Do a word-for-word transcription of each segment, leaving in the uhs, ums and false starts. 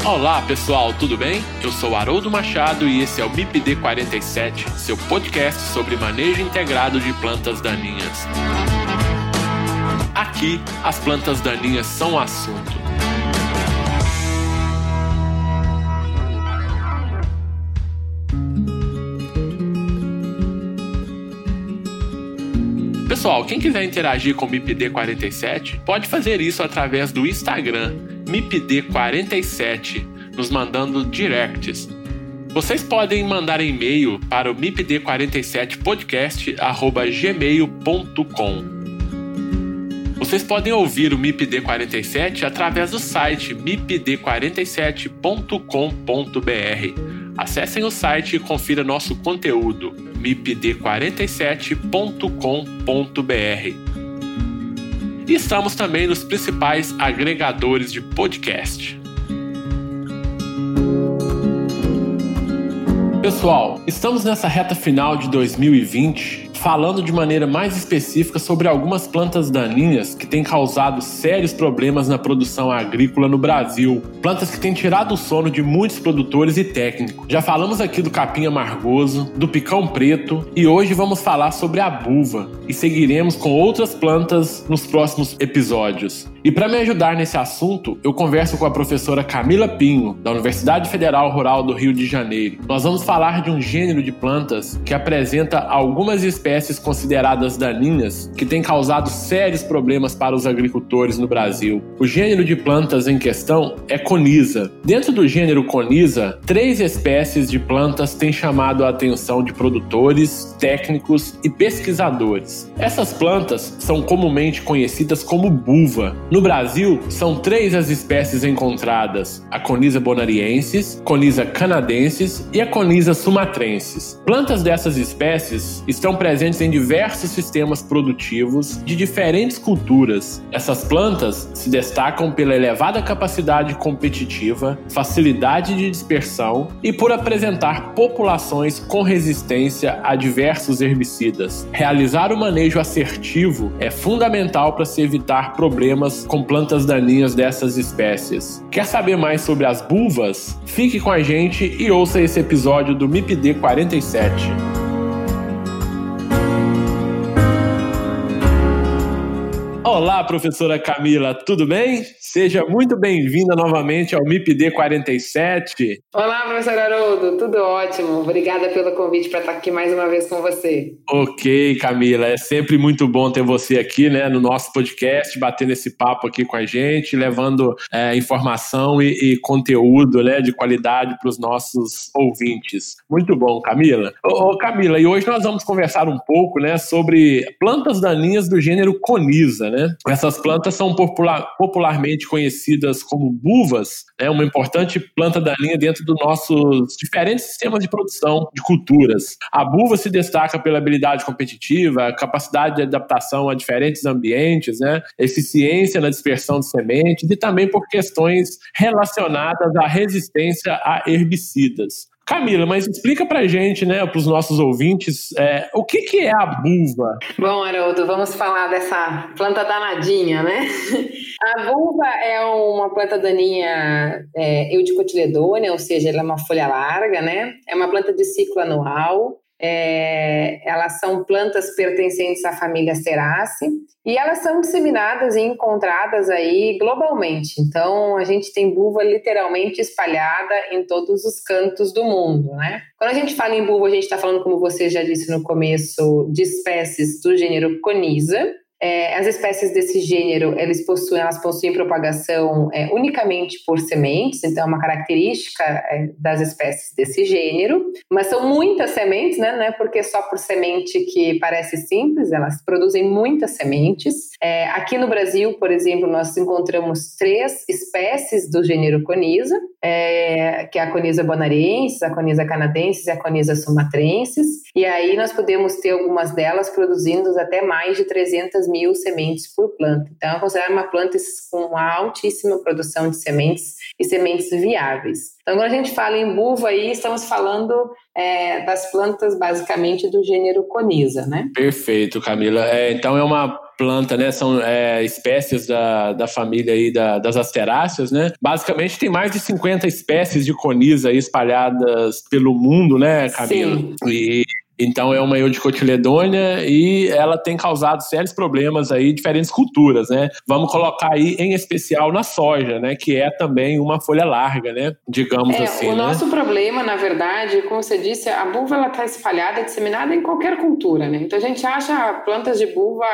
Olá pessoal, tudo bem? Eu sou Haroldo Machado e esse é o M I P D quarenta e sete, seu podcast sobre manejo integrado de plantas daninhas. Aqui, as plantas daninhas são o assunto. Pessoal, quem quiser interagir com o M I P D quarenta e sete, pode fazer isso através do Instagram, M I P D quarenta e sete, nos mandando directs. Vocês podem mandar e-mail para o M I P D quarenta e sete podcast arroba gmail ponto com. Vocês podem ouvir o M I P D quarenta e sete através do site m i p d quarenta e sete ponto com ponto b r. Acessem o site e confira nosso conteúdo, m i p d quarenta e sete ponto com ponto b r. E estamos também nos principais agregadores de podcast. Pessoal, estamos nessa reta final de dois mil e vinte, falando de maneira mais específica sobre algumas plantas daninhas que têm causado sérios problemas na produção agrícola no Brasil. Plantas que têm tirado o sono de muitos produtores e técnicos. Já falamos aqui do capim amargoso, do picão preto e hoje vamos falar sobre a buva e seguiremos com outras plantas nos próximos episódios. E para me ajudar nesse assunto, eu converso com a professora Camila Pinho, da Universidade Federal Rural do Rio de Janeiro. Nós vamos falar de um gênero de plantas que apresenta algumas espécies consideradas daninhas que têm causado sérios problemas para os agricultores no Brasil. O gênero de plantas em questão é Coniza. Dentro do gênero Coniza, três espécies de plantas têm chamado a atenção de produtores, técnicos e pesquisadores. Essas plantas são comumente conhecidas como buva. No Brasil, são três as espécies encontradas: a Coniza bonariensis, Coniza canadensis e a Coniza sumatrensis. Plantas dessas espécies estão presentes em diversos sistemas produtivos de diferentes culturas. Essas plantas se destacam pela elevada capacidade competitiva, facilidade de dispersão e por apresentar populações com resistência a diversos herbicidas. Realizar o manejo assertivo é fundamental para se evitar problemas com plantas daninhas dessas espécies. Quer saber mais sobre as buvas? Fique com a gente e ouça esse episódio do M I P D quarenta e sete. Olá, professora Camila, tudo bem? Seja muito bem-vinda novamente ao M I P D quarenta e sete. Olá, professor Haroldo, tudo ótimo. Obrigada pelo convite para estar aqui mais uma vez com você. Ok, Camila, é sempre muito bom ter você aqui, né, no nosso podcast, batendo esse papo aqui com a gente, levando é, informação e, e conteúdo, né, de qualidade para os nossos ouvintes. Muito bom, Camila. Ô, ô, Camila, e hoje nós vamos conversar um pouco, né, sobre plantas daninhas do gênero Coniza, né? Essas plantas são popular, popularmente conhecidas como buvas, né? Uma importante planta daninha dentro dos nossos diferentes sistemas de produção de culturas. A buva se destaca pela habilidade competitiva, capacidade de adaptação a diferentes ambientes, né? Eficiência na dispersão de sementes e também por questões relacionadas à resistência a herbicidas. Camila, mas explica pra gente, né, pros nossos ouvintes, é, o que que é a buva? Bom, Haroldo, vamos falar dessa planta danadinha, né? A buva é uma planta daninha é, eudicotiledônea, ou seja, ela é uma folha larga, né? É uma planta de ciclo anual. É, elas são plantas pertencentes à família Asteraceae e elas são disseminadas e encontradas aí globalmente. Então, a gente tem buva literalmente espalhada em todos os cantos do mundo, né? Quando a gente fala em buva, a gente está falando, como você já disse no começo, de espécies do gênero Coniza. É, as espécies desse gênero, elas possuem, elas possuem propagação é, unicamente por sementes, então é uma característica é, das espécies desse gênero, mas são muitas sementes, né? Não é porque só por semente que parece simples, elas produzem muitas sementes. É, aqui no Brasil, por exemplo, nós encontramos três espécies do gênero Coniza, é, que é a Coniza bonariensis, a Coniza canadensis e a Coniza sumatrensis, e aí nós podemos ter algumas delas produzindo até mais de trezentas mil sementes por planta. Então, é considerada uma planta com uma altíssima produção de sementes e sementes viáveis. Então, quando a gente fala em buva, aí estamos falando é, das plantas, basicamente, do gênero Coniza, né? Perfeito, Camila. É, então, é uma planta, né? São é, espécies da, da família aí da, das asteráceas, né? Basicamente, tem mais de cinquenta espécies de Coniza aí espalhadas pelo mundo, né, Camila? Sim. E... Então é uma eudicotiledônia e ela tem causado sérios problemas aí em diferentes culturas, né? Vamos colocar aí em especial na soja, né? Que é também uma folha larga, né? Digamos é, assim, o né? nosso problema, na verdade, como você disse, a buva ela está espalhada, disseminada em qualquer cultura, né? Então a gente acha plantas de buva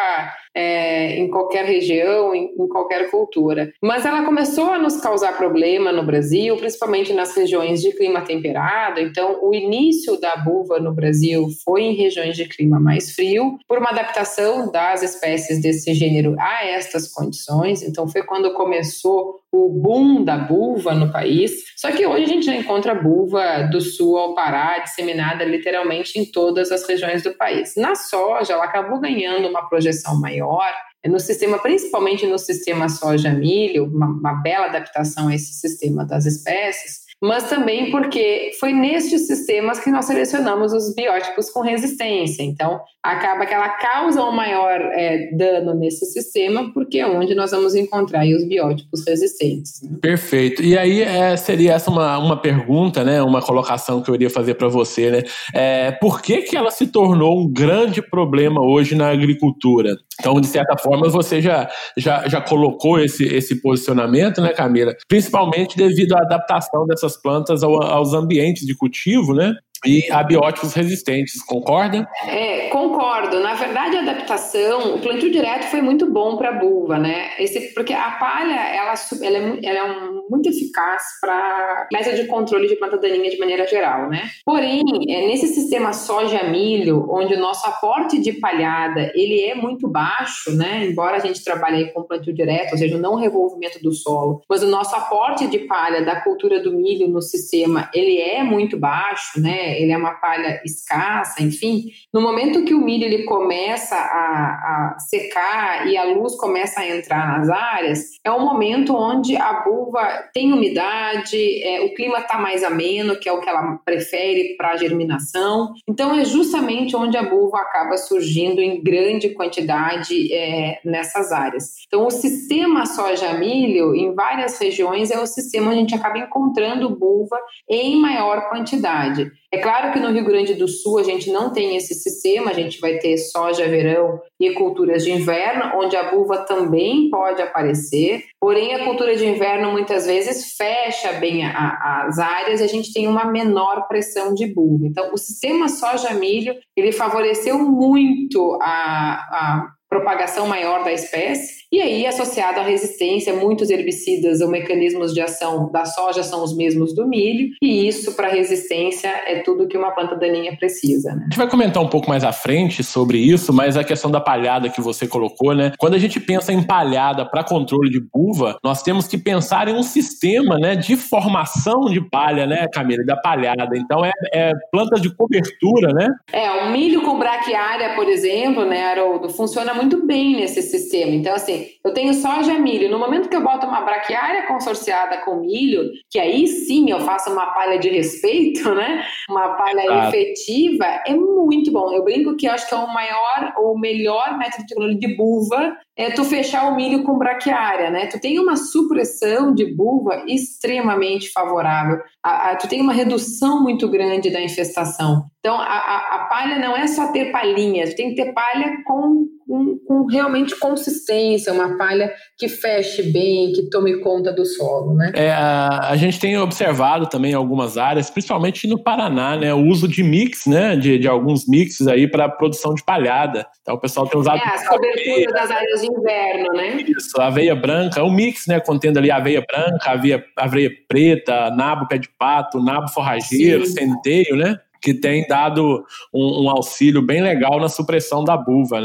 é, em qualquer região, em, em qualquer cultura. Mas ela começou a nos causar problema no Brasil, principalmente nas regiões de clima temperado. Então o início da buva no Brasil foi em regiões de clima mais frio, por uma adaptação das espécies desse gênero a estas condições. Então foi quando começou o boom da buva no país. Só que hoje a gente já encontra buva do sul ao Pará, disseminada literalmente em todas as regiões do país. Na soja, ela acabou ganhando uma projeção maior, no sistema, principalmente no sistema soja-milho, uma, uma bela adaptação a esse sistema das espécies, mas também porque foi nestes sistemas que nós selecionamos os biótipos com resistência. Então, acaba que ela causa um maior é, dano nesse sistema, porque é onde nós vamos encontrar aí os biótipos resistentes. Né? Perfeito. E aí é, seria essa uma, uma pergunta, né, uma colocação que eu iria fazer para você, né? É, por que que ela se tornou um grande problema hoje na agricultura? Então, de certa forma, você já, já, já colocou esse, esse posicionamento, né, Camila? Principalmente devido à adaptação dessas plantas ao, aos ambientes de cultivo, né? E a bióticos resistentes, concorda? É, concordo. Na verdade, a adaptação, o plantio direto foi muito bom para a buva, né? Esse, porque a palha, ela, ela é, ela é um, muito eficaz para método de controle de planta daninha de maneira geral, né? Porém, é, nesse sistema soja-milho, onde o nosso aporte de palhada, ele é muito baixo, né? Embora a gente trabalhe aí com plantio direto, ou seja, não revolvimento do solo, mas o nosso aporte de palha da cultura do milho no sistema, ele é muito baixo, né? Ele é uma palha escassa, enfim. No momento que o milho ele começa a, a secar e a luz começa a entrar nas áreas, é um momento onde a buva tem umidade, é, o clima está mais ameno, que é o que ela prefere para a germinação. Então, é justamente onde a buva acaba surgindo em grande quantidade é, nessas áreas. Então, o sistema soja-milho, em várias regiões, é o sistema onde a gente acaba encontrando buva em maior quantidade. É claro que no Rio Grande do Sul a gente não tem esse sistema, a gente vai ter soja, verão e culturas de inverno, onde a buva também pode aparecer, porém a cultura de inverno muitas vezes fecha bem a, a, as áreas e a gente tem uma menor pressão de buva. Então o sistema soja-milho, ele favoreceu muito a, a propagação maior da espécie, e aí associado à resistência, muitos herbicidas ou mecanismos de ação da soja são os mesmos do milho, e isso para resistência é tudo que uma planta daninha precisa, né? A gente vai comentar um pouco mais à frente sobre isso, mas a questão da palhada que você colocou, né? Quando a gente pensa em palhada para controle de buva, nós temos que pensar em um sistema, né, de formação de palha, né, Camila, da palhada. Então é, é planta de cobertura, né? É, o milho com braquiária, por exemplo, né, Haroldo, funciona muito bem nesse sistema. Então, assim, eu tenho soja e milho. No momento que eu boto uma braquiária consorciada com milho, que aí sim eu faço uma palha de respeito, né? Uma palha Exato. efetiva, é muito bom. Eu brinco que eu acho que é o maior ou o melhor método de controle de buva é tu fechar o milho com braquiária, né? Tu tem uma supressão de buva extremamente favorável. A, a, tu tem uma redução muito grande da infestação. Então, a, a, a palha não é só ter palhinhas, tu tem que ter palha com, com, com realmente consistência, uma palha que feche bem, que tome conta do solo, né? É, a, a gente tem observado também em algumas áreas, principalmente no Paraná, né, o uso de mix, né, de, de alguns mixes aí para produção de palhada. Então o pessoal tem usado... É, as coberturas das áreas de inverno, né? Isso, aveia branca, o mix, né, contendo ali aveia branca, aveia, aveia preta, nabo pé de pato, nabo forrageiro, Sim. centeio, né? Que tem dado um, um auxílio bem legal na supressão da buva, né?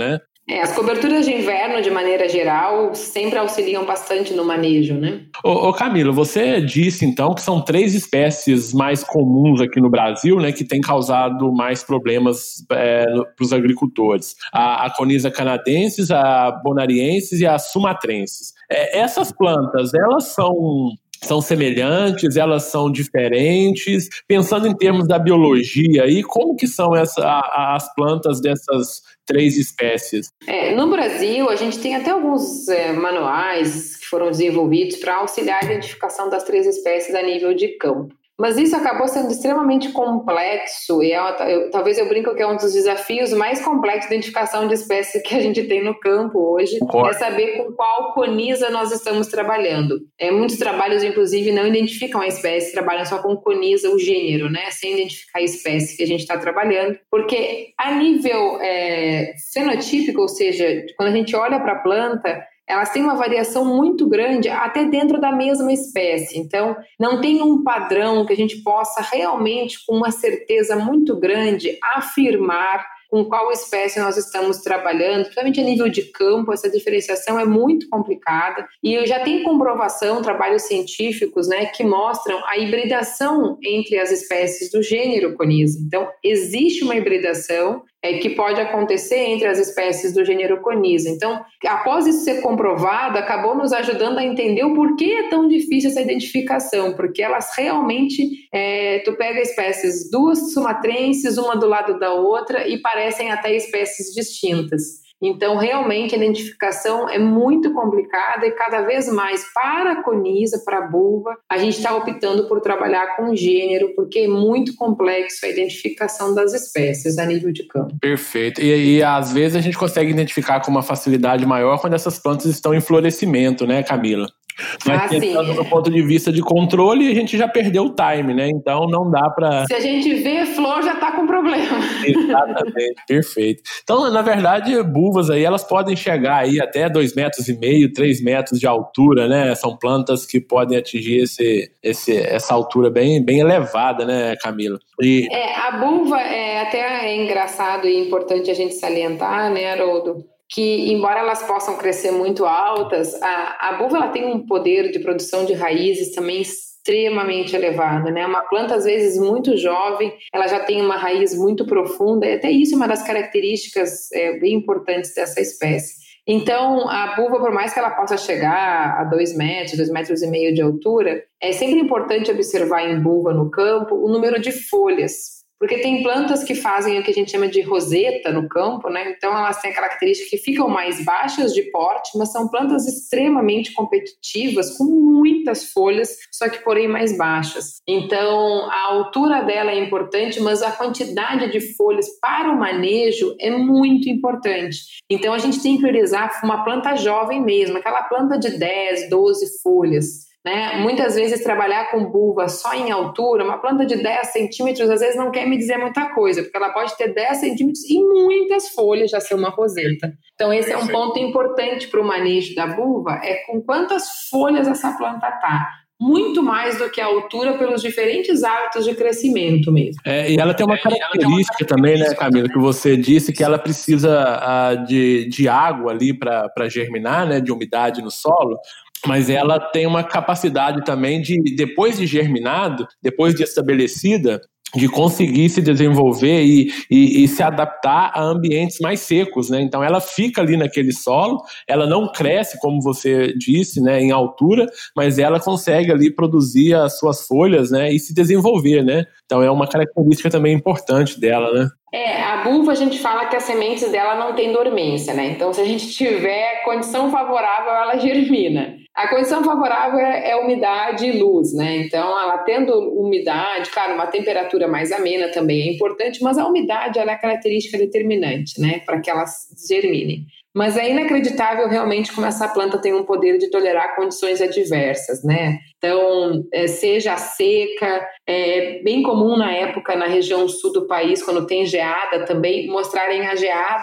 É, as coberturas de inverno, de maneira geral, sempre auxiliam bastante no manejo, né? Ô, ô Camila, você disse então que são três espécies mais comuns aqui no Brasil, né, que têm causado mais problemas é, para os agricultores. A, a Conisa canadensis, a bonariensis e a sumatrensis. É, essas plantas, elas são... São semelhantes, elas são diferentes? Pensando em termos da biologia, e como que são essa, a, as plantas dessas três espécies? É, no Brasil, a gente tem até alguns é, manuais que foram desenvolvidos para auxiliar a identificação das três espécies a nível de campo. Mas isso acabou sendo extremamente complexo e é, eu, talvez eu brinco que é um dos desafios mais complexos de identificação de espécies que a gente tem no campo hoje, é saber com qual conisa nós estamos trabalhando. É, muitos trabalhos, inclusive, não identificam a espécie, trabalham só com conisa, o gênero, né, sem identificar a espécie que a gente está trabalhando, porque a nível é, fenotípico, ou seja, quando a gente olha para a planta, elas têm uma variação muito grande até dentro da mesma espécie. Então, não tem um padrão que a gente possa realmente, com uma certeza muito grande, afirmar com qual espécie nós estamos trabalhando, principalmente a nível de campo. Essa diferenciação é muito complicada e já tem comprovação, trabalhos científicos, né, que mostram a hibridação entre as espécies do gênero Conisa. Então, existe uma hibridação é, que pode acontecer entre as espécies do gênero Conisa. Então, após isso ser comprovado, acabou nos ajudando a entender o porquê é tão difícil essa identificação, porque elas realmente, é, tu pega espécies duas sumatrenses, uma do lado da outra, e parecem até espécies distintas. Então, realmente, a identificação é muito complicada e cada vez mais, para a conisa, para a buva, a gente está optando por trabalhar com gênero, porque é muito complexo a identificação das espécies a nível de campo. Perfeito. E, e às vezes a gente consegue identificar com uma facilidade maior quando essas plantas estão em florescimento, né, Camila? Mas ah, pensando sim. do ponto de vista de controle, a gente já perdeu o time, né? Então não dá para... Se a gente vê flor, já está com problema. Exatamente, perfeito. Então, na verdade, buvas aí, elas podem chegar aí até dois metros e meio, três metros de altura, né? São plantas que podem atingir esse, esse, essa altura bem, bem elevada, né, Camila? E... É, a buva é até é engraçado e importante a gente salientar, né, Haroldo? Que, embora elas possam crescer muito altas, a, a buva ela tem um poder de produção de raízes também extremamente elevado, né? Uma planta, às vezes, muito jovem, ela já tem uma raiz muito profunda, e até isso é uma das características é, bem importantes dessa espécie. Então, a buva, por mais que ela possa chegar a dois metros, dois metros e meio de altura, é sempre importante observar em buva no campo o número de folhas. Porque tem plantas que fazem o que a gente chama de roseta no campo, né? Então elas têm a característica que ficam mais baixas de porte, mas são plantas extremamente competitivas, com muitas folhas, só que porém mais baixas. Então a altura dela é importante, mas a quantidade de folhas para o manejo é muito importante. Então a gente tem que priorizar uma planta jovem mesmo, aquela planta de dez, doze folhas. Né? Muitas vezes trabalhar com buva só em altura, uma planta de dez centímetros às vezes não quer me dizer muita coisa, porque ela pode ter dez centímetros e muitas folhas, já ser uma roseta. Então esse é um ponto importante para o manejo da buva, é com quantas folhas essa planta está. Muito mais do que a altura pelos diferentes hábitos de crescimento mesmo. É, e ela tem uma característica também, né, Camila, que você disse que ela precisa uh, de, de água ali para germinar, né, de umidade no solo. Mas ela tem uma capacidade também de, depois de germinado, depois de estabelecida, de conseguir se desenvolver e, e, e se adaptar a ambientes mais secos, né? Então ela fica ali naquele solo, ela não cresce, como você disse, né, em altura, mas ela consegue ali produzir as suas folhas, né, e se desenvolver, né? Então é uma característica também importante dela, né? É, a buva a gente fala que as sementes dela não tem dormência, né? Então se a gente tiver condição favorável, ela germina. A condição favorável é, é umidade e luz, né? Então, ela tendo umidade, claro, uma temperatura mais amena também é importante, mas a umidade ela é a característica determinante, né? Para que elas germinem. Mas é inacreditável realmente como essa planta tem um poder de tolerar condições adversas, né? Então, é, seja a seca, é bem comum na época, na região sul do país, quando tem geada também, mostrarem a geada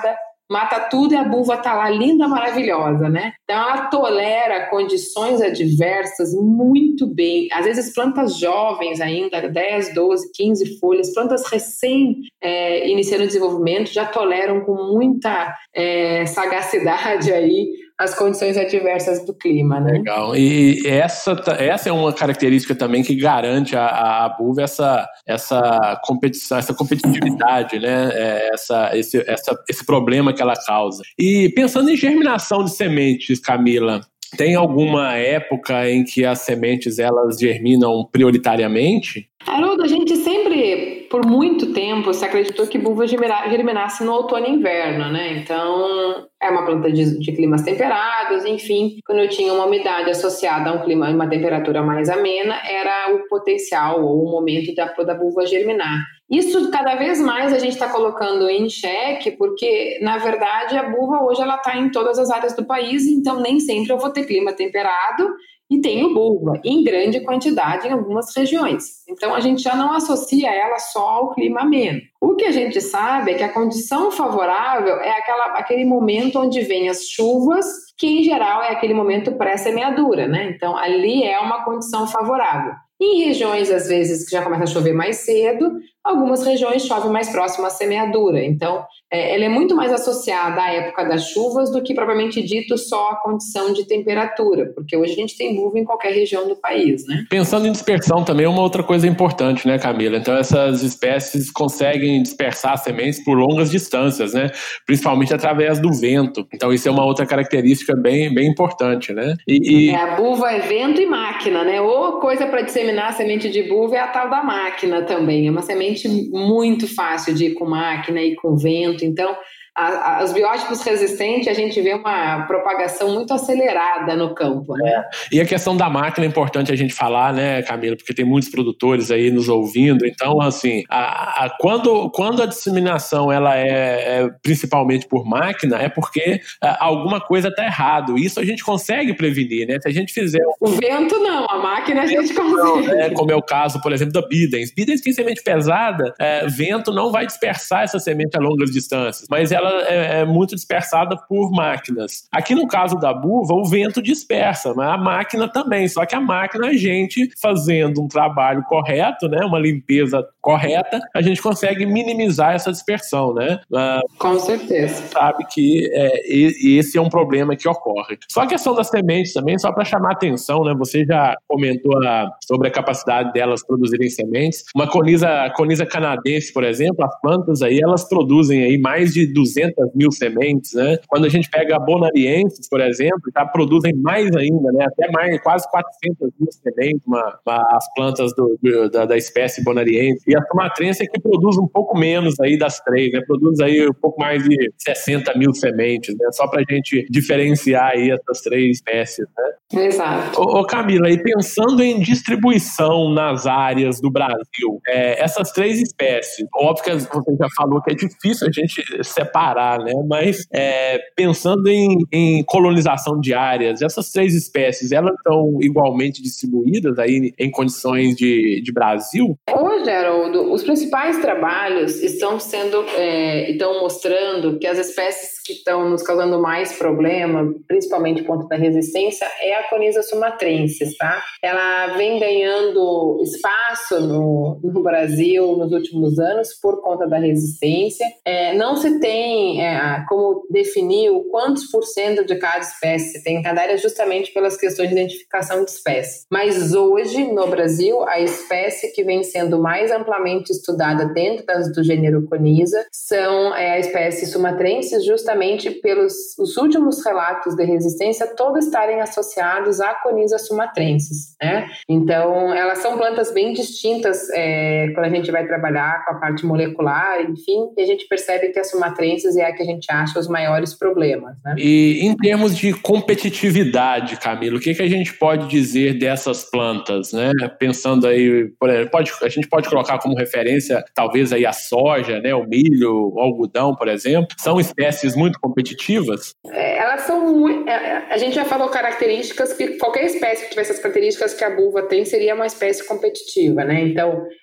mata tudo e a buva está lá linda, maravilhosa, né? Então ela tolera condições adversas muito bem. Às vezes plantas jovens ainda, dez, doze, quinze folhas, plantas recém é, iniciando o desenvolvimento, já toleram com muita é, sagacidade aí as condições adversas do clima, né? Legal. E essa, essa é uma característica também que garante a, a buva essa, essa competição, essa competitividade, né? Essa, esse, essa, esse problema que ela causa. E pensando em germinação de sementes, Camila, tem alguma época em que as sementes elas germinam prioritariamente? Haroldo, a gente sempre, por muito tempo, se acreditou que buva germinasse no outono e inverno, né? Então, é uma planta de, de climas temperados, enfim. Quando eu tinha uma umidade associada a um clima e uma temperatura mais amena, era o potencial ou o momento da, da buva germinar. Isso, cada vez mais, a gente está colocando em xeque, porque, na verdade, a buva hoje ela está em todas as áreas do país, então nem sempre eu vou ter clima temperado e tenho buva, em grande quantidade em algumas regiões. Então, a gente já não associa ela só ao clima ameno. O que a gente sabe é que a condição favorável é aquela, aquele momento onde vem as chuvas, que, em geral, é aquele momento pré-semeadura, né? Então, ali é uma condição favorável. Em regiões, às vezes, que já começa a chover mais cedo, algumas regiões chovem mais próximo à semeadura. Então, é, ela é muito mais associada à época das chuvas do que, propriamente dito, só a condição de temperatura, porque hoje a gente tem buva em qualquer região do país, né? Pensando em dispersão também é uma outra coisa importante, né, Camila? Então, essas espécies conseguem dispersar sementes por longas distâncias, né? Principalmente através do vento. Então, isso é uma outra característica bem, bem importante, né? E, e... É, a buva é vento e máquina, né? Ou coisa para disseminar a semente de buva é a tal da máquina também. É uma semente muito fácil de ir com máquina e com vento. Então, a, a, os biótipos resistentes, a gente vê uma propagação muito acelerada no campo, né? É. E a questão da máquina é importante a gente falar, né, Camila? Porque tem muitos produtores aí nos ouvindo. Então, assim, a, a, quando, quando a disseminação ela é, é principalmente por máquina, é porque a, alguma coisa está errado. Isso a gente consegue prevenir, né? Se a gente fizer... O vento não, a máquina a gente consegue. Não, né? Como é o caso, por exemplo, da Bidens. Bidens tem semente pesada, é, vento não vai dispersar essa semente a longas distâncias, mas ela é, é muito dispersada por máquinas. Aqui no caso da buva, o vento dispersa, mas a máquina também, só que a máquina, a gente fazendo um trabalho correto, né, uma limpeza correta, a gente consegue minimizar essa dispersão, né? Ah, com certeza. Sabe que é, esse é um problema que ocorre. Só a questão das sementes também, só para chamar a atenção, né, você já comentou a, sobre a capacidade delas produzirem sementes. Uma conisa, conisa canadense, por exemplo, as plantas aí, elas produzem aí mais de duzentas mil sementes, né? Quando a gente pega a bonarienses, por exemplo, já produzem mais ainda, né? Até mais, quase quatrocentas mil sementes, uma, uma, as plantas do, do, da, da espécie bonariense. E a sumatrense é que produz um pouco menos aí das três, né? Produz aí um pouco mais de sessenta mil sementes, né? Só pra gente diferenciar aí essas três espécies, né? Exato. Ô, ô Camila, e pensando em distribuição nas áreas do Brasil, é, essas três espécies, óbvio que você já falou que é difícil a gente separar, né? Mas é, pensando em, em colonização de áreas, essas três espécies, elas estão igualmente distribuídas aí em condições de, de Brasil? Hoje, Haroldo, os principais trabalhos estão sendo, é, estão mostrando que as espécies que estão nos causando mais problema, principalmente ponto da resistência, é a Conisa sumatrensis, tá? Ela vem ganhando espaço no, no Brasil nos últimos anos por conta da resistência. É, não se tem é, como definir o quantos por cento de cada espécie se tem em cada área, justamente pelas questões de identificação de espécie. Mas hoje, no Brasil, a espécie que vem sendo mais amplamente estudada dentro das, do gênero Conisa são é, a espécie sumatrensis, justamente pelos os últimos relatos de resistência todos estarem associados à Conisa sumatrensis, né? Então, elas são plantas bem distintas é, quando a gente vai trabalhar com a parte molecular, enfim, e a gente percebe que a sumatrensis é a que a gente acha os maiores problemas, né? E em termos de competitividade, Camila, o que, que a gente pode dizer dessas plantas, né? Pensando aí, por exemplo, pode, a gente pode colocar como referência talvez aí a soja, né? O milho, o algodão, por exemplo. São espécies muito competitivas? É, elas são muito... A gente já falou características que qualquer espécie que tivesse as características que a buva tem seria uma espécie competitiva, né? Então,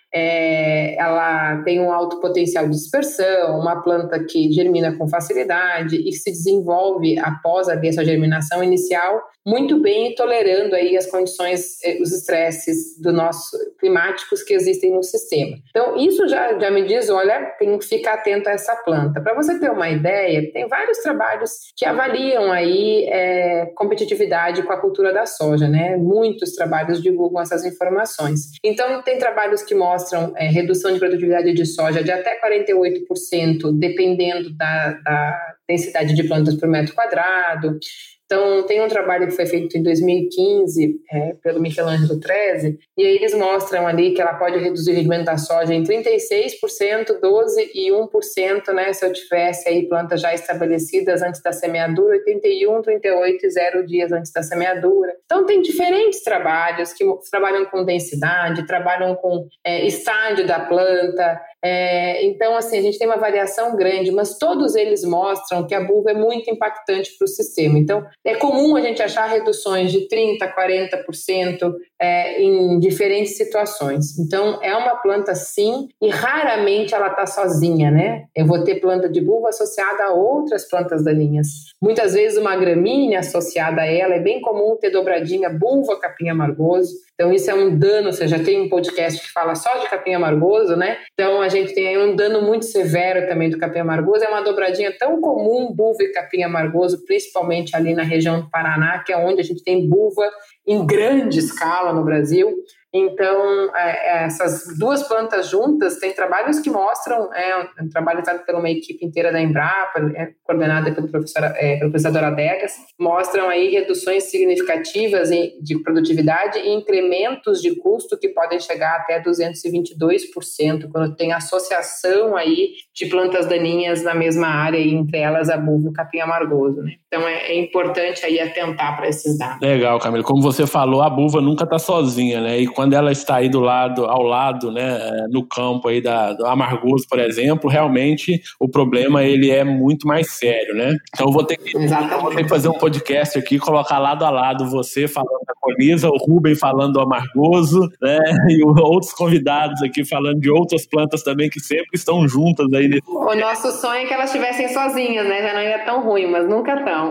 é, ela tem um alto potencial de dispersão, uma planta que germina com facilidade e se desenvolve após ali a sua germinação inicial muito bem e tolerando aí as condições, os estresses do nosso, climáticos que existem no sistema. Então, isso já, já me diz, olha, tem que ficar atento a essa planta. Para você ter uma ideia, tem vários trabalhos que avaliam aí é, competitividade com a cultura da soja, né? Muitos trabalhos divulgam essas informações. Então, tem trabalhos que mostram é, redução de produtividade de soja de até quarenta e oito por cento, dependendo da, da densidade de plantas por metro quadrado. Então, tem um trabalho que foi feito em dois mil e quinze é, pelo Michelangelo Treze, e aí eles mostram ali que ela pode reduzir o rendimento da soja em trinta e seis por cento, doze por cento e um por cento, né, se eu tivesse aí plantas já estabelecidas antes da semeadura, oitenta e um, trinta e oito e zero dias antes da semeadura. Então, tem diferentes trabalhos que trabalham com densidade, trabalham com é, estágio da planta. É, então, assim, a gente tem uma variação grande, mas todos eles mostram que a bulva é muito impactante para o sistema. Então, é comum a gente achar reduções de trinta por cento, quarenta por cento é, em diferentes situações. Então, é uma planta sim, e raramente ela está sozinha, né? Eu vou ter planta de bulva associada a outras plantas daninhas. Muitas vezes uma gramínea associada a ela, é bem comum ter dobradinha bulva capim amargoso. Então, isso é um dano, você já tem um podcast que fala só de capim amargoso, né? Então, a gente tem aí um dano muito severo também do capim amargoso. É uma dobradinha tão comum, bulva e capim amargoso, principalmente ali na região do Paraná, que é onde a gente tem bulva em grande escala no Brasil. Então, é, essas duas plantas juntas, tem trabalhos que mostram, é um trabalho feito por uma equipe inteira da Embrapa, é, coordenada pelo professor, é, pelo professor Adegas, mostram aí reduções significativas em, de produtividade e incrementos de custo que podem chegar até duzentos e vinte e dois por cento, quando tem associação aí de plantas daninhas na mesma área, e entre elas a bulva e o capim amargoso, né? Então, é, é importante aí atentar para esses dados. Legal, Camila. Como você falou, a bulva nunca está sozinha, né? E quando ela está aí do lado, ao lado, né, no campo aí da, do amargoso, por exemplo, realmente o problema ele é muito mais sério, né? Então eu vou ter que, eu vou ter que fazer um podcast aqui, colocar lado a lado você falando da colisa, o Rubem falando do amargoso, né? E outros convidados aqui falando de outras plantas também que sempre estão juntas aí. Nesse... O nosso sonho é que elas estivessem sozinhas, né? Já não é tão ruim, mas nunca estão.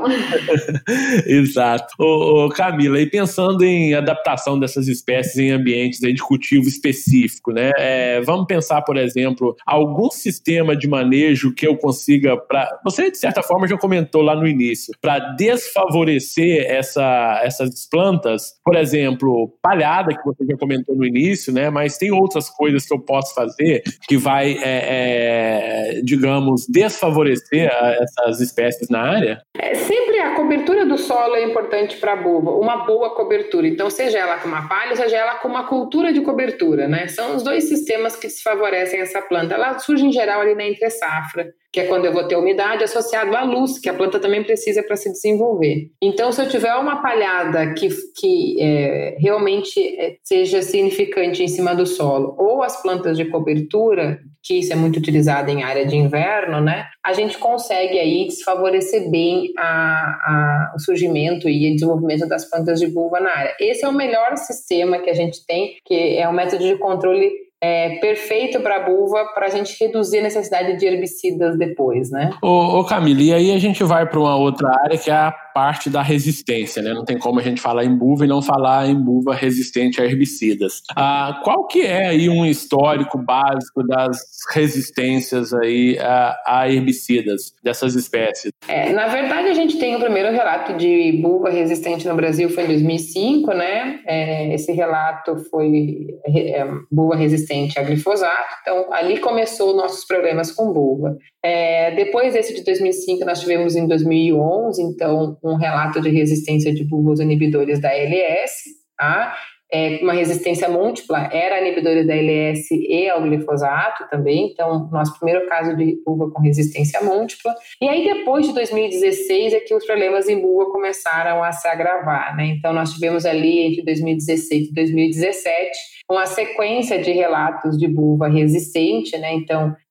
Exato. Ô, ô, Camila, e pensando em adaptação dessas espécies em ambientes aí de cultivo específico, né? É, vamos pensar, por exemplo, algum sistema de manejo que eu consiga, pra, você de certa forma já comentou lá no início, para desfavorecer essa, essas plantas, por exemplo, palhada, que você já comentou no início, né? Mas tem outras coisas que eu posso fazer que vai, é, é, digamos, desfavorecer a, essas espécies na área? É, sempre a cobertura do solo é importante para a bulva, uma boa cobertura. Então, seja ela com uma palha, seja ela com uma cultura de cobertura, né? São os dois sistemas que desfavorecem essa planta. Ela surge em geral ali na entre-safra, que é quando eu vou ter umidade associado à luz, que a planta também precisa para se desenvolver. Então, se eu tiver uma palhada que, que é, realmente seja significante em cima do solo, ou as plantas de cobertura, que isso é muito utilizado em área de inverno, né? A gente consegue aí desfavorecer bem a, a, o surgimento e o desenvolvimento das plantas de bulva na área. Esse é o melhor sistema que a gente tem, que é um método de controle É perfeito para a bulva, para a gente reduzir a necessidade de herbicidas depois, né? Ô, ô Camila, e aí a gente vai para uma outra área que é a parte da resistência, né? Não tem como a gente falar em bulva e não falar em bulva resistente a herbicidas. Ah, qual que é aí um histórico básico das resistências aí a, a herbicidas dessas espécies? É, na verdade, a gente tem o primeiro relato de bulva resistente no Brasil foi em dois mil e cinco, né? É, esse relato foi é, bulva resistente a glifosato, então ali começou nossos problemas com bulva. É, depois desse de dois mil e cinco, nós tivemos em dois mil e onze, então, um relato de resistência de bulva aos inibidores da A L S, tá? É, uma resistência múltipla, era inibidores da A L S e ao glifosato também, então, nosso primeiro caso de bulva com resistência múltipla. E aí, depois de dois mil e dezesseis, é que os problemas em bulva começaram a se agravar, né? Então, nós tivemos ali, entre dois mil e dezesseis e dois mil e dezessete, uma sequência de relatos de bulva resistente, né? Então,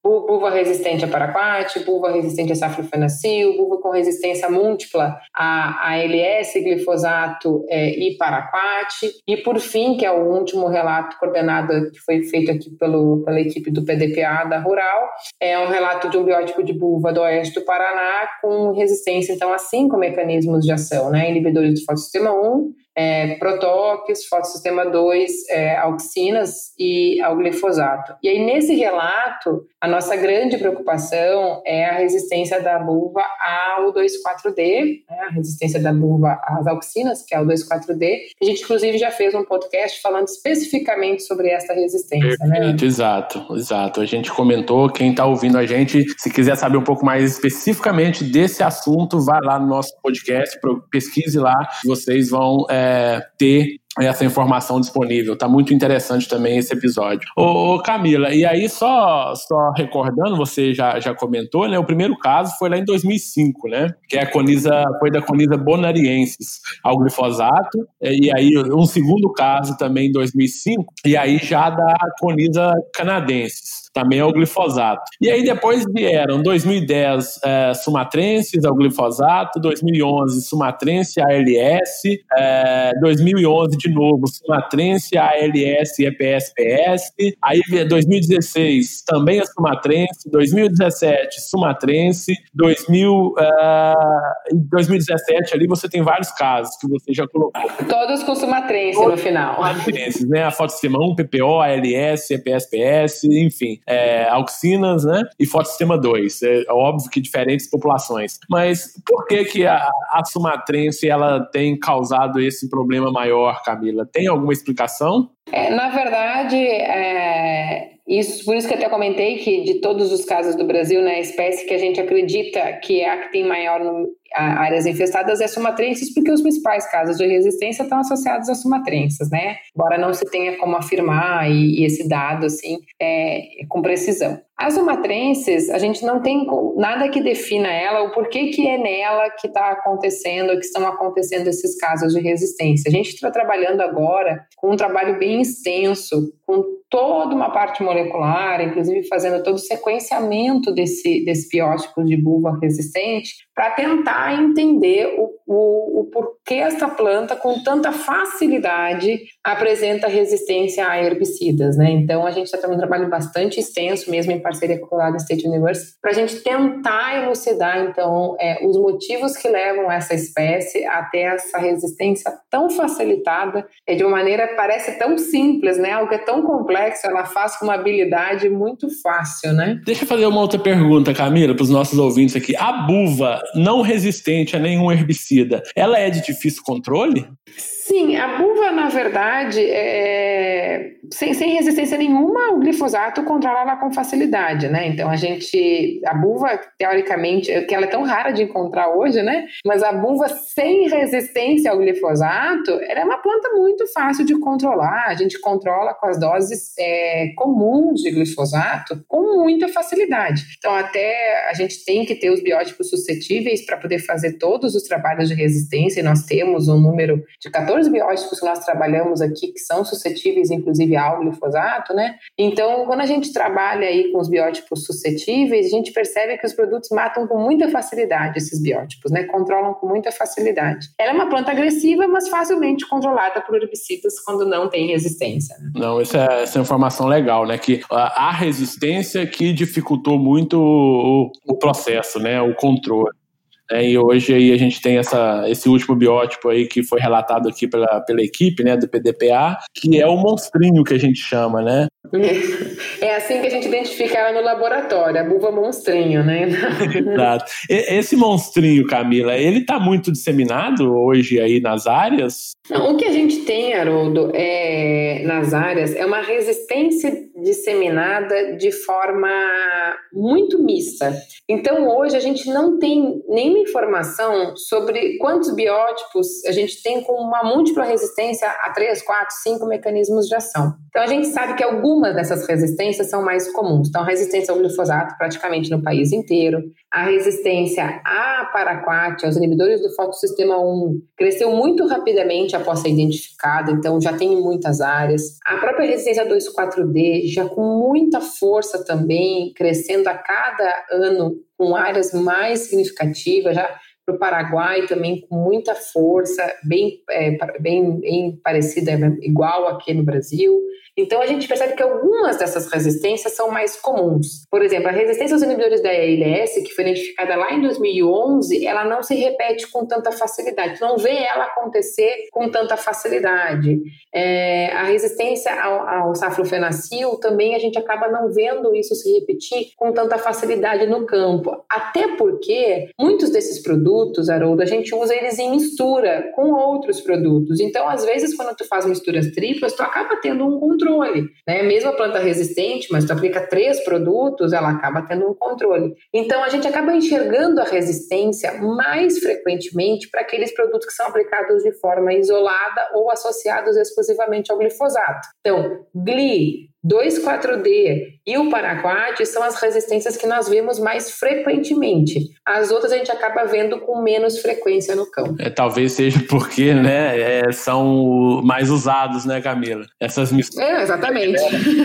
buva resistente a paraquat, buva resistente a saflufenacil, buva com resistência múltipla a, a L S, glifosato é, e paraquat. E por fim, que é o último relato coordenado que foi feito aqui pelo, pela equipe do P D P A da Rural, é um relato de um biótipo de buva do oeste do Paraná com resistência, então, a cinco mecanismos de ação, né? Inibidores do fotossistema um, É, protóquis, fotossistema dois, é, auxinas e ao glifosato. E aí, nesse relato, a nossa grande preocupação é a resistência da buva ao dois quatro D, né, a resistência da buva às auxinas, que é o dois quatro D. A gente, inclusive, já fez um podcast falando especificamente sobre essa resistência. Perfeito, né? exato, exato. A gente comentou, quem está ouvindo a gente, se quiser saber um pouco mais especificamente desse assunto, vai lá no nosso podcast, pesquise lá, vocês vão... É, É, ter essa informação disponível. Está muito interessante também esse episódio. Ô, ô Camila, e aí só, só recordando, você já, já comentou, né? O primeiro caso foi lá em dois mil e cinco, né? Que é a Conisa, foi da Conisa bonariensis ao glifosato, e aí um segundo caso também em dois mil e cinco, e aí já da Conisa canadensis, também ao glifosato. E aí depois vieram dois mil e dez é, sumatrenses ao glifosato, dois mil e onze sumatrense A L S, é, dois mil e onze de novo sumatrense A L S e E P S P S, aí dois mil e dezesseis também a sumatrense, dois mil e dezessete sumatrense, dois mil, uh, dois mil e dezessete ali você tem vários casos que você já colocou. Todos com sumatrense no final. Sumatrenses, né? A fotossistema um, P P O, A L S, E P S P S, enfim, é, auxinas, né? E fotossistema dois. É óbvio que diferentes populações. Mas por que que a, a sumatrense ela tem causado esse problema maior, Camila? Tem alguma explicação? É, na verdade, é, isso, por isso que eu até comentei que de todos os casos do Brasil, né, a espécie que a gente acredita que é a que tem maior a, áreas infestadas é sumatrensis, porque os principais casos de resistência estão associados a sumatrenses, né? Embora não se tenha como afirmar e, e esse dado assim é, com precisão. As sumatrenses, a gente não tem nada que defina ela, o porquê que é nela que está acontecendo, que estão acontecendo esses casos de resistência. A gente está trabalhando agora com um trabalho bem extenso, com toda uma parte molecular, inclusive fazendo todo o sequenciamento desse, desse biótipo de buva resistente, para tentar entender o, o, o porquê esta planta, com tanta facilidade, apresenta resistência a herbicidas, né? Então, a gente está fazendo um trabalho bastante extenso, mesmo em parceria com a Colorado State University, para a gente tentar elucidar, então, é, os motivos que levam essa espécie a ter essa resistência tão facilitada, é, de uma maneira que parece tão simples, né? Algo que é tão complexo, ela faz com uma habilidade muito fácil, né? Deixa eu fazer uma outra pergunta, Camila, para os nossos ouvintes aqui. A buva não resistente a nenhum herbicida, ela é de difícil controle? Sim, a buva, na verdade, é... sem, sem resistência nenhuma, o glifosato controla ela com facilidade, né? Então, a gente, a buva, teoricamente, que ela é tão rara de encontrar hoje, né? Mas a buva sem resistência ao glifosato, ela é uma planta muito fácil de controlar. A gente controla com as doses é, comuns de glifosato com muita facilidade. Então, até a gente tem que ter os biótipos suscetíveis para poder fazer todos os trabalhos de resistência, e nós temos um número de catorze biótipos que nós trabalhamos aqui que são suscetíveis, inclusive, ao glifosato, né? Então, quando a gente trabalha aí com os biótipos suscetíveis, a gente percebe que os produtos matam com muita facilidade esses biótipos, né? Controlam com muita facilidade. Ela é uma planta agressiva, mas facilmente controlada por herbicidas quando não tem resistência, né? Não, essa é, essa é informação legal, né? Que a resistência que dificultou muito o, o processo, né? O controle. É, e hoje aí a gente tem essa, esse último biótipo aí que foi relatado aqui pela, pela equipe, né, do P D P A, que é o monstrinho que a gente chama, né? É assim que a gente identifica ela no laboratório, a buva monstrinho, né? Exato. Esse monstrinho, Camila, ele está muito disseminado hoje aí nas áreas? Não, o que a gente tem, Haroldo, é, nas áreas é uma resistência disseminada de forma muito mista. Então, hoje a gente não tem nenhuma informação sobre quantos biótipos a gente tem com uma múltipla resistência a três, quatro, cinco mecanismos de ação. Então, a gente sabe que algumas dessas resistências são mais comuns. Então, a resistência ao glifosato praticamente no país inteiro, a resistência a paraquat, aos inibidores do fotossistema um, cresceu muito rapidamente após ser identificada, então já tem em muitas áreas. A própria resistência a dois quatro D soja com muita força também, crescendo a cada ano com áreas mais significativas, já para o Paraguai também com muita força, bem, é, bem, bem parecida, igual aqui no Brasil. Então, a gente percebe que algumas dessas resistências são mais comuns. Por exemplo, a resistência aos inibidores da I L S, que foi identificada lá em dois mil e onze, ela não se repete com tanta facilidade. Tu não vê ela acontecer com tanta facilidade. É, a resistência ao, ao saflofenacil, também a gente acaba não vendo isso se repetir com tanta facilidade no campo. Até porque muitos desses produtos, Haroldo, a gente usa eles em mistura com outros produtos. Então, às vezes, quando tu faz misturas triplas, tu acaba tendo um controle. Controle, né? Mesmo a planta resistente, mas tu aplica três produtos, ela acaba tendo um controle. Então, a gente acaba enxergando a resistência mais frequentemente para aqueles produtos que são aplicados de forma isolada ou associados exclusivamente ao glifosato. Então, G L I, dois quatro D e o paraquat são as resistências que nós vemos mais frequentemente. As outras a gente acaba vendo com menos frequência no campo. É, talvez seja porque, né, é, são mais usados, né, Camila? Essas misturas. É, exatamente.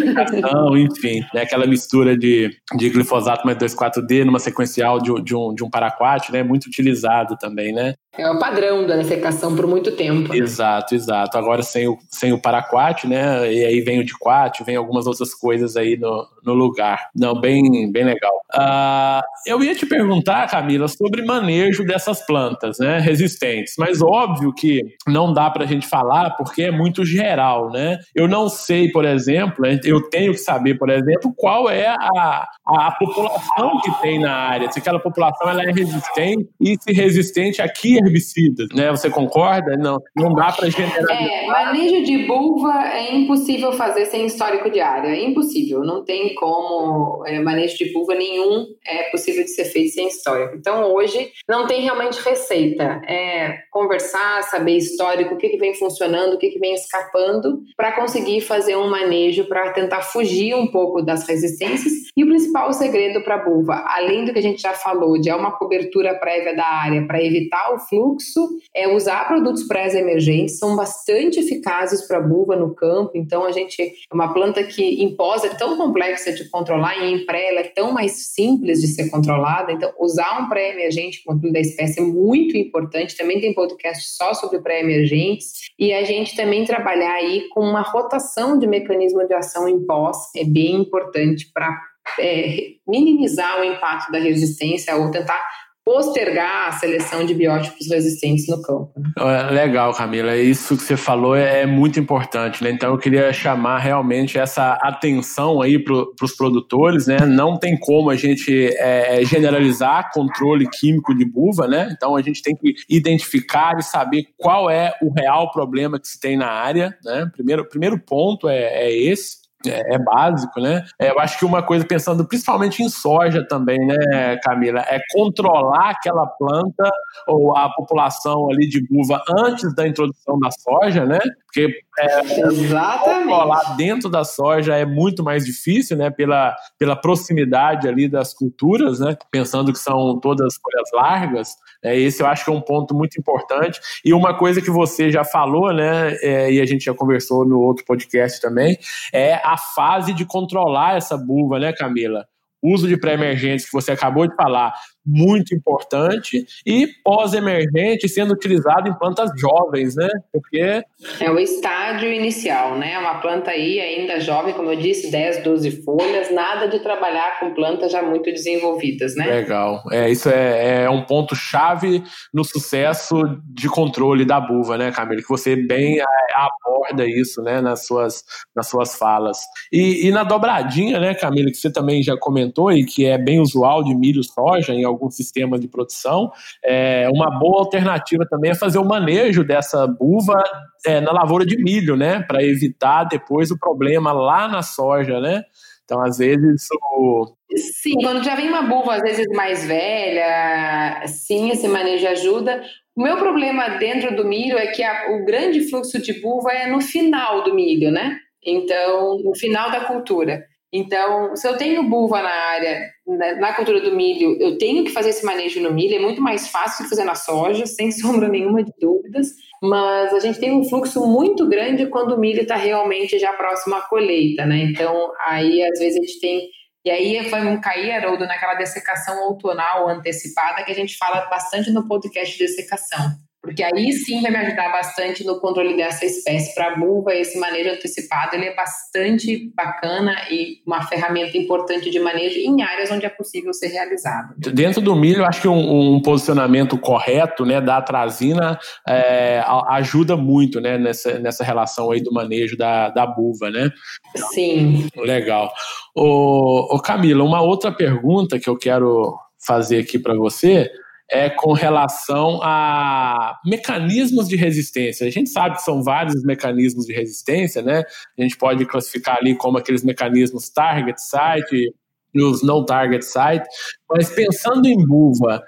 Né, enfim, né, aquela mistura de, de glifosato mais dois quatro D numa sequencial de, de, um, de um paraquat, né, muito utilizado também, né? É o padrão da dessecação por muito tempo. Exato, exato. Agora sem o, sem o paraquat, né, e aí vem o diquat, vem algumas outras coisas aí no, no lugar. Não, bem, bem legal. Uh, eu ia te perguntar, Camila, sobre manejo dessas plantas, né, resistentes, mas óbvio que não dá pra gente falar porque é muito geral, né? Eu não sei, por exemplo, eu tenho que saber, por exemplo, qual é a, a população que tem na área, se aquela população ela é resistente e se resistente aqui herbicidas, né? Você concorda? Não, não dá para generalizar. É, manejo de bulva é impossível fazer sem histórico de área, é impossível, não tem como, é, manejo de bulva nenhum é possível de ser feito sem histórico. Então hoje não tem realmente receita, é conversar, saber histórico, o que, que vem funcionando, o que, que vem escapando, para conseguir fazer um manejo para tentar fugir um pouco das resistências. E o principal segredo para a bulva, além do que a gente já falou, de uma cobertura prévia da área para evitar o fluxo, é usar produtos pré-emergentes, são bastante eficazes para a bulva no campo. Então a gente é uma planta que em pós é tão complexa de controlar e em pré ela é tão mais simples de ser controlada. Então usar um pré-emergente controle da espécie é muito importante. Também tem podcast só sobre pré-emergentes e a gente também trabalhar aí com uma rotação de mecanismo de ação em pós é bem importante para é, minimizar o impacto da resistência ou tentar postergar a seleção de biótipos resistentes no campo. Né? Legal, Camila. Isso que você falou é muito importante, né? Então eu queria chamar realmente essa atenção aí para os produtores, né? Não tem como a gente é, generalizar controle químico de bulva, né? Então a gente tem que identificar e saber qual é o real problema que se tem na área, né? Primeiro, primeiro ponto é, é esse. É, é básico, né? É, eu acho que uma coisa, pensando principalmente em soja também, né, Camila, é controlar aquela planta ou a população ali de bulva antes da introdução da soja, né? Porque é, controlar dentro da soja é muito mais difícil, né? Pela, pela proximidade ali das culturas, né? Pensando que são todas folhas largas. É, esse eu acho que é um ponto muito importante. E uma coisa que você já falou, né? É, e a gente já conversou no outro podcast também, é a fase de controlar essa bulva, né, Camila? Uso de pré-emergentes, que você acabou de falar, muito importante, e pós-emergente sendo utilizado em plantas jovens, né? Porque é o estágio inicial, né? Uma planta aí ainda jovem, como eu disse, dez, doze folhas, nada de trabalhar com plantas já muito desenvolvidas, né? Legal. É, isso é, é um ponto-chave no sucesso de controle da bulva, né, Camila? Que você bem aborda isso, né, nas suas, nas suas falas. E, e na dobradinha, né, Camila, que você também já comentou e que é bem usual de milho e soja em alguns sistemas de produção, é, uma boa alternativa também é fazer o manejo dessa bulva é, na lavoura de milho, né, para evitar depois o problema lá na soja, né? Então, às vezes, o... Sim, quando já vem uma bulva, às vezes, mais velha, sim, esse manejo ajuda. O meu problema dentro do milho é que a, o grande fluxo de bulva é no final do milho, né? Então, no final da cultura. Então, se eu tenho bulva na área na cultura do milho, eu tenho que fazer esse manejo no milho, é muito mais fácil que fazer na soja, sem sombra nenhuma de dúvidas, mas a gente tem um fluxo muito grande quando o milho está realmente já próximo à colheita, né? Então, aí às vezes a gente tem... E aí vamos cair, Haroldo, naquela dessecação outonal antecipada que a gente fala bastante no podcast de dessecação. Porque aí sim vai me ajudar bastante no controle dessa espécie. Para a buva, esse manejo antecipado ele é bastante bacana e uma ferramenta importante de manejo em áreas onde é possível ser realizado. Dentro do milho, eu acho que um, um posicionamento correto, né, da atrazina é, ajuda muito, né, nessa, nessa relação aí do manejo da, da buva, né? Sim. Legal. Ô, ô Camila, uma outra pergunta que eu quero fazer aqui para você é com relação a mecanismos de resistência. A gente sabe que são vários os mecanismos de resistência, né? A gente pode classificar ali como aqueles mecanismos target site e os não target site, mas pensando em buva,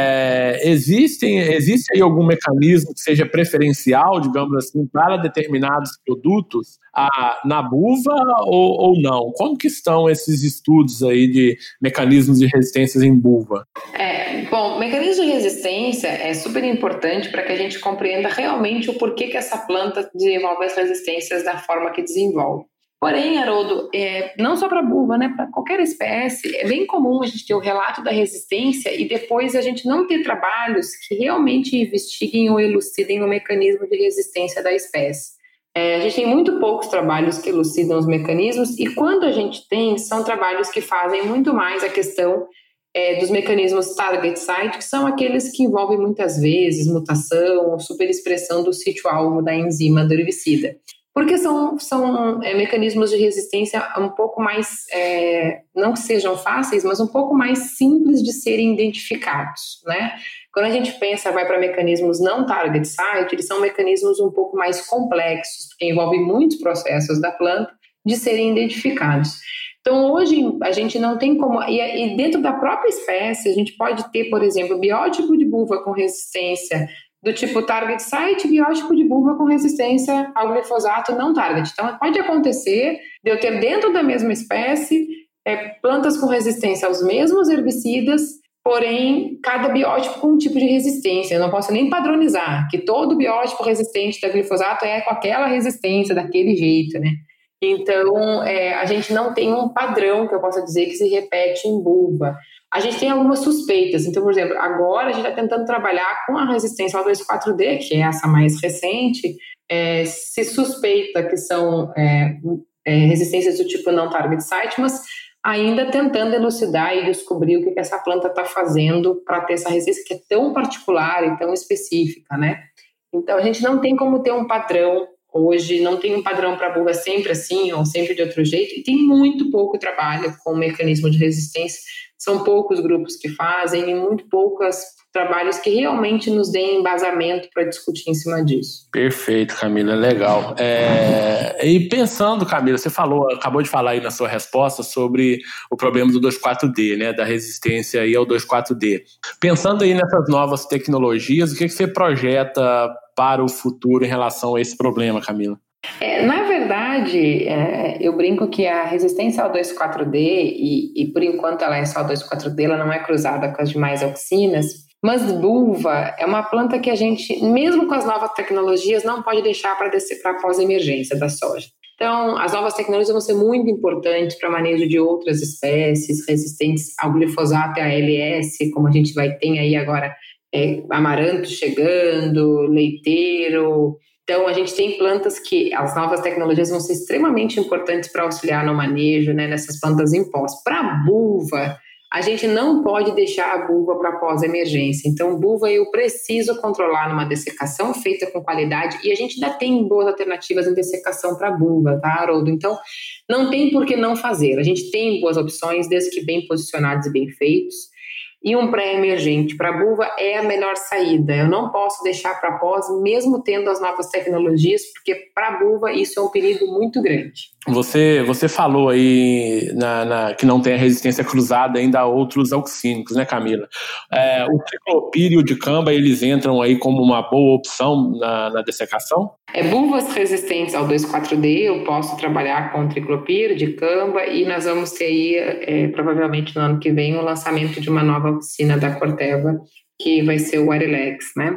é, existem, existe aí algum mecanismo que seja preferencial, digamos assim, para determinados produtos a, na buva ou, ou não? Como que estão esses estudos aí de mecanismos de resistência em buva? É, bom, mecanismo de resistência é super importante para que a gente compreenda realmente o porquê que essa planta desenvolve as resistências da forma que desenvolve. Porém, Haroldo, é, não só para buva, né, para qualquer espécie, é bem comum a gente ter o relato da resistência e depois a gente não ter trabalhos que realmente investiguem ou elucidem o mecanismo de resistência da espécie. É, a gente tem muito poucos trabalhos que elucidam os mecanismos e quando a gente tem, são trabalhos que fazem muito mais a questão é, dos mecanismos target site, que são aqueles que envolvem muitas vezes mutação ou superexpressão do sítio-alvo da enzima do herbicida. Porque são, são é, mecanismos de resistência um pouco mais, é, não que sejam fáceis, mas um pouco mais simples de serem identificados, né? Quando a gente pensa, vai para mecanismos não target site, eles são mecanismos um pouco mais complexos, porque envolvem muitos processos da planta de serem identificados. Então, hoje, a gente não tem como... E, e dentro da própria espécie, a gente pode ter, por exemplo, biótipo de buva com resistência do tipo target site, biótipo de buva com resistência ao glifosato não target. Então, pode acontecer de eu ter dentro da mesma espécie é, plantas com resistência aos mesmos herbicidas, porém, cada biótipo com um tipo de resistência. Eu não posso nem padronizar que todo biótipo resistente da glifosato é com aquela resistência, daquele jeito, né? Então, é, a gente não tem um padrão que eu possa dizer que se repete em buva. A gente tem algumas suspeitas. Então, por exemplo, agora a gente está tentando trabalhar com a resistência ao dois quatro D, que é essa mais recente, é, se suspeita que são é, é, resistências do tipo não target site, mas ainda tentando elucidar e descobrir o que, que essa planta está fazendo para ter essa resistência que é tão particular e tão específica, né? Então, a gente não tem como ter um padrão hoje, não tem um padrão para a buva sempre assim ou sempre de outro jeito, e tem muito pouco trabalho com o mecanismo de resistência. São poucos grupos que fazem e muito poucos trabalhos que realmente nos deem embasamento para discutir em cima disso. Perfeito, Camila, legal. É, e pensando, Camila, você falou, acabou de falar aí na sua resposta sobre o problema do dois quatro D, né, da resistência aí ao dois quatro D. Pensando aí nessas novas tecnologias, o que você projeta para o futuro em relação a esse problema, Camila? É, na verdade, é, eu brinco que a resistência ao dois quatro D, e, e por enquanto ela é só dois quatro D, ela não é cruzada com as demais auxinas, mas buva é uma planta que a gente, mesmo com as novas tecnologias, não pode deixar para descer para pós-emergência da soja. Então, as novas tecnologias vão ser muito importantes para manejo de outras espécies resistentes ao glifosato e à A L S, como a gente vai ter aí agora é, amaranto chegando, leiteiro. Então, a gente tem plantas que as novas tecnologias vão ser extremamente importantes para auxiliar no manejo, né, nessas plantas em pós. Para a buva, a gente não pode deixar a buva para pós-emergência. Então, buva eu preciso controlar numa dessecação feita com qualidade e a gente ainda tem boas alternativas em dessecação para buva, tá, Haroldo? Então, não tem por que não fazer. A gente tem boas opções, desde que bem posicionados e bem feitos. E um pré-emergente para a buva é a melhor saída. Eu não posso deixar para pós, mesmo tendo as novas tecnologias, porque para a buva isso é um perigo muito grande. Você, você falou aí na, na, que não tem a resistência cruzada ainda a outros auxínicos, né, Camila? É, o triclopir e o dicamba, eles entram aí como uma boa opção na, na dessecação? É, bulvas resistentes ao dois quatro D, eu posso trabalhar com triclopir, dicamba, e nós vamos ter aí, é, provavelmente no ano que vem, o lançamento de uma nova oficina da Corteva, que vai ser o Arilex, né?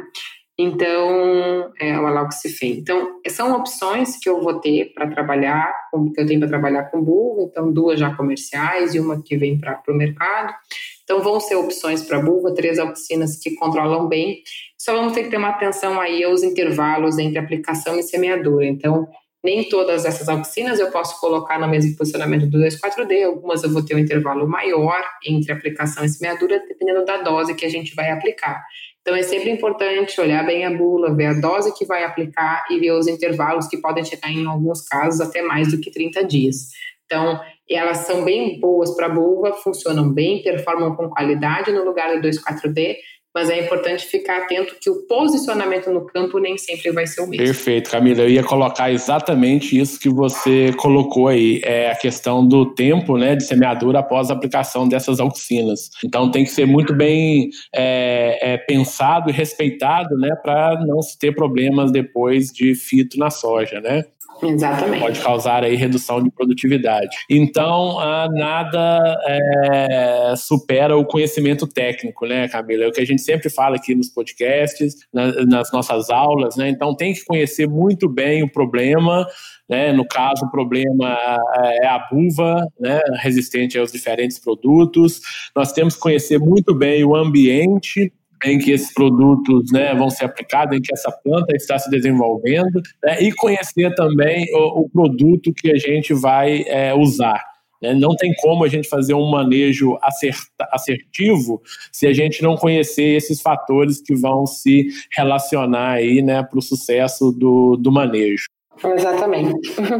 Então, é o aloxifen. Então, são opções que eu vou ter para trabalhar, que eu tenho para trabalhar com bulva, então duas já comerciais e uma que vem para o mercado. Então, vão ser opções para bulva, três oficinas que controlam bem. Só vamos ter que ter uma atenção aí aos intervalos entre aplicação e semeadura. Então, nem todas essas oficinas eu posso colocar no mesmo posicionamento do dois quatro D, algumas eu vou ter um intervalo maior entre aplicação e semeadura, dependendo da dose que a gente vai aplicar. Então, é sempre importante olhar bem a bula, ver a dose que vai aplicar e ver os intervalos que podem chegar, em alguns casos, até mais do que trinta dias. Então, elas são bem boas para a bulva, funcionam bem, performam com qualidade no lugar do dois quatro D, mas é importante ficar atento que o posicionamento no campo nem sempre vai ser o mesmo. Perfeito, Camila. Eu ia colocar exatamente isso que você colocou aí, é a questão do tempo, né, de semeadura após a aplicação dessas auxinas. Então tem que ser muito bem é, é, pensado e respeitado, né, para não se ter problemas depois de fito na soja, né? Exatamente. Pode causar aí redução de produtividade. Então, ah, nada é, supera o conhecimento técnico, né, Camila? É o que a gente sempre fala aqui nos podcasts, na, nas nossas aulas, né? Então, tem que conhecer muito bem o problema, né? No caso, o problema é a bulva, né, resistente aos diferentes produtos. Nós temos que conhecer muito bem o ambiente em que esses produtos, né, vão ser aplicados, em que essa planta está se desenvolvendo, né, e conhecer também o, o produto que a gente vai é, usar. Né? Não tem como a gente fazer um manejo acerta, assertivo se a gente não conhecer esses fatores que vão se relacionar aí, né, para o sucesso do, do manejo. Exatamente.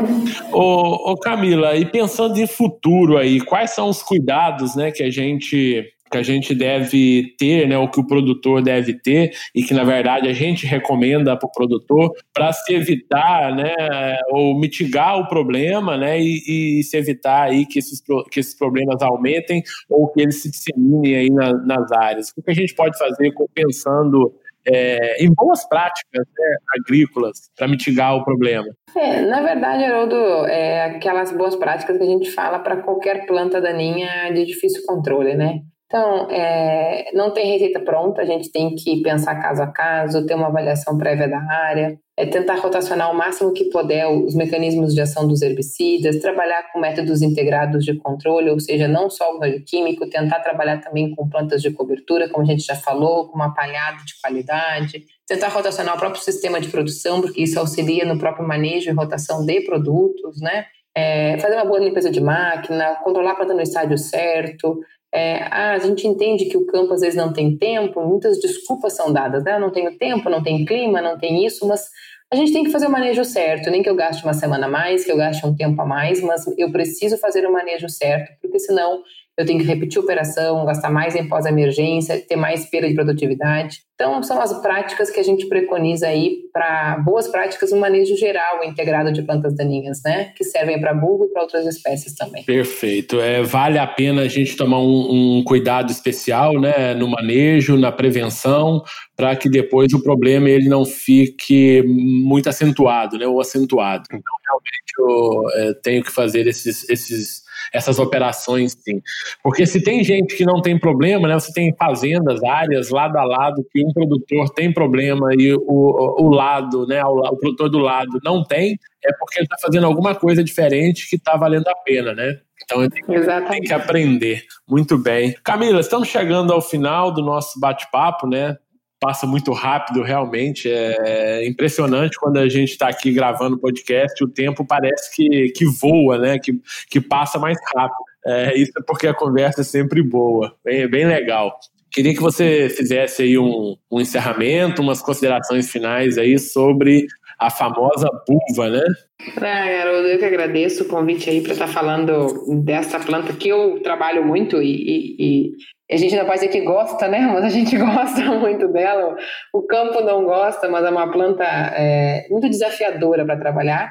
ô, ô Camila, e pensando em futuro aí, quais são os cuidados, né, que a gente... que a gente deve ter, né, o que o produtor deve ter e que, na verdade, a gente recomenda para o produtor para se evitar, né, ou mitigar o problema, né, e, e se evitar aí que esses, que esses problemas aumentem ou que eles se disseminem aí na, nas áreas. O que a gente pode fazer pensando é, em boas práticas, né, agrícolas para mitigar o problema? É, na verdade, Haroldo, é aquelas boas práticas que a gente fala para qualquer planta daninha de difícil controle, né? Então, é, não tem receita pronta, a gente tem que pensar caso a caso, ter uma avaliação prévia da área, é tentar rotacionar o máximo que puder os mecanismos de ação dos herbicidas, trabalhar com métodos integrados de controle, ou seja, não só o radioquímico, tentar trabalhar também com plantas de cobertura, como a gente já falou, com uma palhada de qualidade, tentar rotacionar o próprio sistema de produção, porque isso auxilia no próprio manejo e rotação de produtos, né? É, fazer uma boa limpeza de máquina, controlar a planta no estágio certo. É, ah, a gente entende que o campo às vezes não tem tempo, muitas desculpas são dadas, né? Eu não tenho tempo, não tem clima, não tem isso, mas a gente tem que fazer o manejo certo, nem que eu gaste uma semana a mais, que eu gaste um tempo a mais, mas eu preciso fazer o manejo certo, porque senão eu tenho que repetir a operação, gastar mais em pós-emergência, ter mais perda de produtividade. Então, são as práticas que a gente preconiza aí para boas práticas no manejo geral integrado de plantas daninhas, né? Que servem para bulbo e para outras espécies também. Perfeito. É, vale a pena a gente tomar um, um cuidado especial, né, no manejo, na prevenção, para que depois o problema ele não fique muito acentuado, né, ou acentuado. Então, realmente, eu é, tenho que fazer esses... esses essas operações, sim. Porque se tem gente que não tem problema, né, você tem fazendas, áreas lado a lado que um produtor tem problema e o, o lado, né, o, o produtor do lado não tem, é porque ele está fazendo alguma coisa diferente que está valendo a pena, né? Então eu tenho que, tenho que aprender. Muito bem. Camila, estamos chegando ao final do nosso bate-papo, né? Passa muito rápido, realmente, é impressionante quando a gente está aqui gravando podcast, o tempo parece que, que voa, né? que, que passa mais rápido. É, isso é porque a conversa é sempre boa, bem, bem legal. Queria que você fizesse aí um, um encerramento, umas considerações finais aí sobre a famosa bulva, né? Ah, Haroldo, eu que agradeço o convite aí para estar falando dessa planta que eu trabalho muito e, e, e a gente não pode dizer que gosta, né? Mas a gente gosta muito dela. O campo não gosta, mas é uma planta é, muito desafiadora para trabalhar.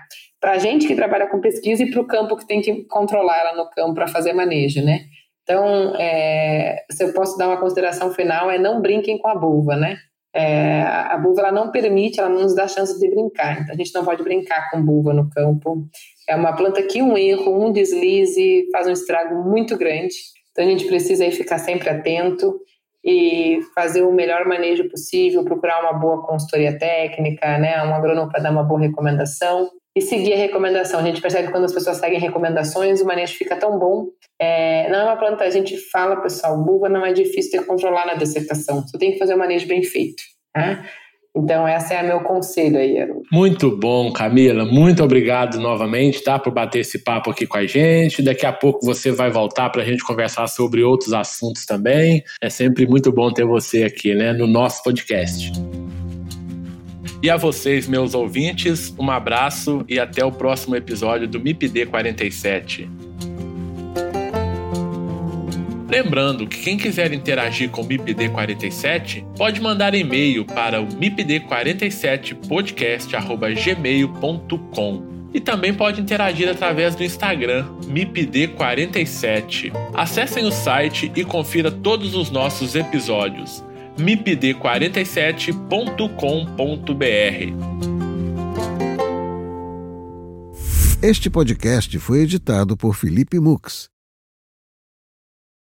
para a gente que trabalha com pesquisa e para o campo que tem que controlar ela no campo para fazer manejo, né? Então, é, se eu posso dar uma consideração final, é não brinquem com a buva, né? É, a buva ela não permite, ela não nos dá chance de brincar, então a gente não pode brincar com buva no campo. É uma planta que um erro, um deslize faz um estrago muito grande, então a gente precisa aí ficar sempre atento e fazer o melhor manejo possível, procurar uma boa consultoria técnica, né, um agrônomo para dar uma boa recomendação e seguir a recomendação. A gente percebe que quando as pessoas seguem recomendações, o manejo fica tão bom. É, não é uma planta, a gente fala, pessoal, buva não é difícil de controlar na dessecação, só tem que fazer o manejo bem feito, né? Então, esse é o meu conselho aí, Haroldo. Muito bom, Camila. Muito obrigado novamente, tá, por bater esse papo aqui com a gente. Daqui a pouco você vai voltar para a gente conversar sobre outros assuntos também. É sempre muito bom ter você aqui, né, no nosso podcast. E a vocês, meus ouvintes, um abraço e até o próximo episódio do M I P D quarenta e sete. Lembrando que quem quiser interagir com o M I P D quarenta e sete pode mandar e-mail para o m i p d quarenta e sete podcast arroba gmail ponto com e também pode interagir através do Instagram M I P D quarenta e sete. Acessem o site e confira todos os nossos episódios m i p d quarenta e sete ponto com ponto b r. Este podcast foi editado por Felipe Mux,